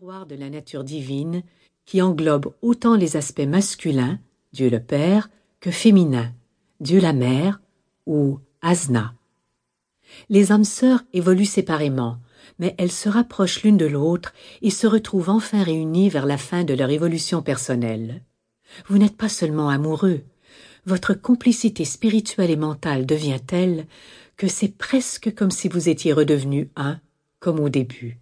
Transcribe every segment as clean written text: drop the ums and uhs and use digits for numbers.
miroir de la nature divine qui englobe autant les aspects masculins, Dieu le Père, que féminins, Dieu la Mère ou Asna. Les âmes sœurs évoluent séparément, mais elles se rapprochent l'une de l'autre et se retrouvent enfin réunies vers la fin de leur évolution personnelle. Vous n'êtes pas seulement amoureux, votre complicité spirituelle et mentale devient telle que c'est presque comme si vous étiez redevenus un, comme au début.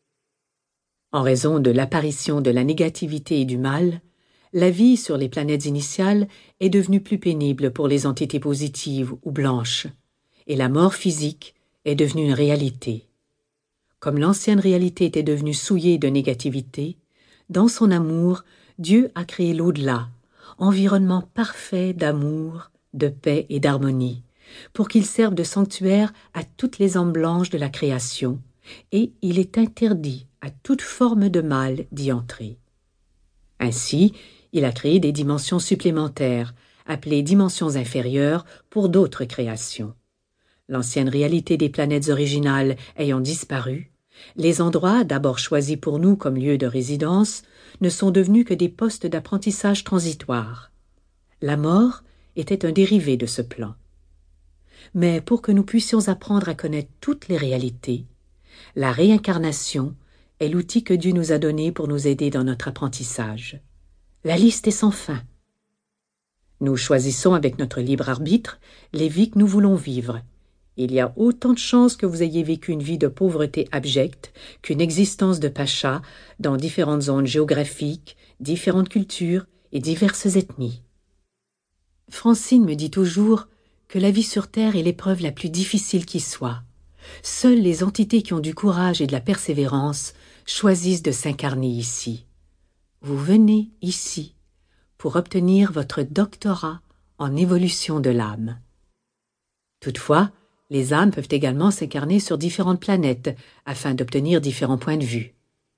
En raison de l'apparition de la négativité et du mal, la vie sur les planètes initiales est devenue plus pénible pour les entités positives ou blanches, et la mort physique est devenue une réalité. Comme l'ancienne réalité était devenue souillée de négativité, dans son amour, Dieu a créé l'au-delà, environnement parfait d'amour, de paix et d'harmonie, pour qu'il serve de sanctuaire à toutes les âmes blanches de la création, et il est interdit à toute forme de mal d'y entrer. Ainsi, il a créé des dimensions supplémentaires, appelées dimensions inférieures pour d'autres créations. L'ancienne réalité des planètes originales ayant disparu, les endroits d'abord choisis pour nous comme lieu de résidence ne sont devenus que des postes d'apprentissage transitoires. La mort était un dérivé de ce plan. Mais pour que nous puissions apprendre à connaître toutes les réalités, la réincarnation est l'outil que Dieu nous a donné pour nous aider dans notre apprentissage. La liste est sans fin. Nous choisissons avec notre libre arbitre les vies que nous voulons vivre. Il y a autant de chances que vous ayez vécu une vie de pauvreté abjecte qu'une existence de pacha dans différentes zones géographiques, différentes cultures et diverses ethnies. Francine me dit toujours que la vie sur Terre est l'épreuve la plus difficile qui soit. Seules les entités qui ont du courage et de la persévérance choisissent de s'incarner ici. Vous venez ici pour obtenir votre doctorat en évolution de l'âme. Toutefois, les âmes peuvent également s'incarner sur différentes planètes afin d'obtenir différents points de vue.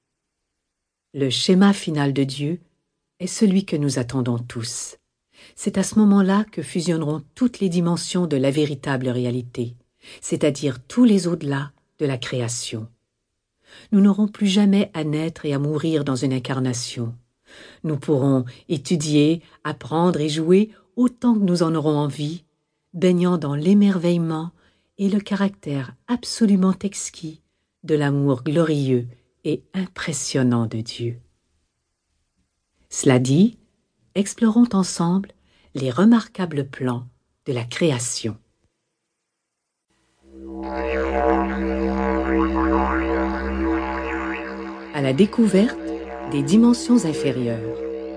Le schéma final de Dieu est celui que nous attendons tous. C'est à ce moment-là que fusionneront toutes les dimensions de la véritable réalité, c'est-à-dire tous les au-delà de la création. Nous n'aurons plus jamais à naître et à mourir dans une incarnation. Nous pourrons étudier, apprendre et jouer autant que nous en aurons envie, baignant dans l'émerveillement et le caractère absolument exquis de l'amour glorieux et impressionnant de Dieu. Cela dit, explorons ensemble les remarquables plans de la création. À la découverte des dimensions inférieures.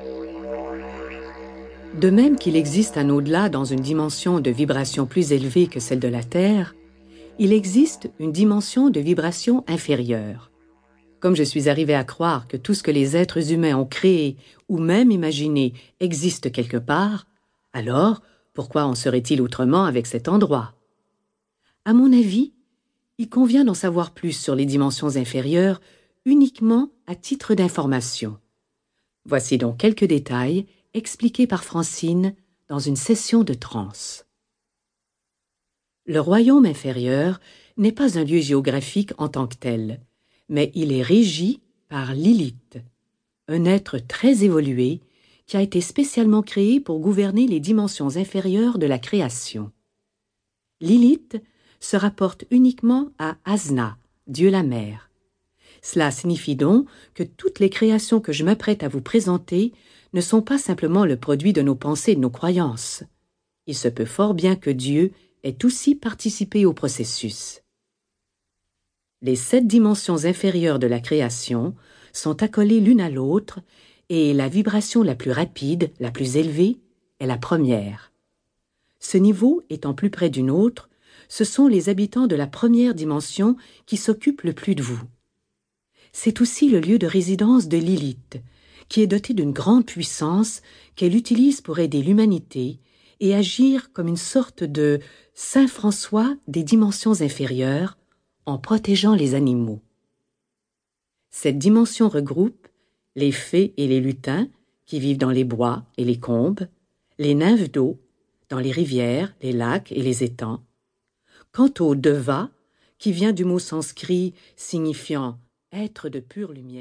De même qu'il existe un au-delà dans une dimension de vibration plus élevée que celle de la Terre, il existe une dimension de vibration inférieure. Comme je suis arrivé à croire que tout ce que les êtres humains ont créé ou même imaginé existe quelque part, alors pourquoi en serait-il autrement avec cet endroit? À mon avis, il convient d'en savoir plus sur les dimensions inférieures uniquement à titre d'information. Voici donc quelques détails expliqués par Francine dans une session de transe. Le royaume inférieur n'est pas un lieu géographique en tant que tel, mais il est régi par Lilith, un être très évolué qui a été spécialement créé pour gouverner les dimensions inférieures de la création. Lilith se rapporte uniquement à Asna, Dieu la Mère. Cela signifie donc que toutes les créations que je m'apprête à vous présenter ne sont pas simplement le produit de nos pensées et de nos croyances. Il se peut fort bien que Dieu ait aussi participé au processus. Les 7 dimensions inférieures de la création sont accolées l'une à l'autre et la vibration la plus rapide, la plus élevée, est la première. Ce niveau étant plus près d'une autre, ce sont les habitants de la première dimension qui s'occupent le plus de vous. C'est aussi le lieu de résidence de Lilith, qui est dotée d'une grande puissance qu'elle utilise pour aider l'humanité et agir comme une sorte de Saint François des dimensions inférieures en protégeant les animaux. Cette dimension regroupe les fées et les lutins qui vivent dans les bois et les combes, les nymphes d'eau, dans les rivières, les lacs et les étangs. Quant au Deva, qui vient du mot sanskrit signifiant « être de pure lumière »,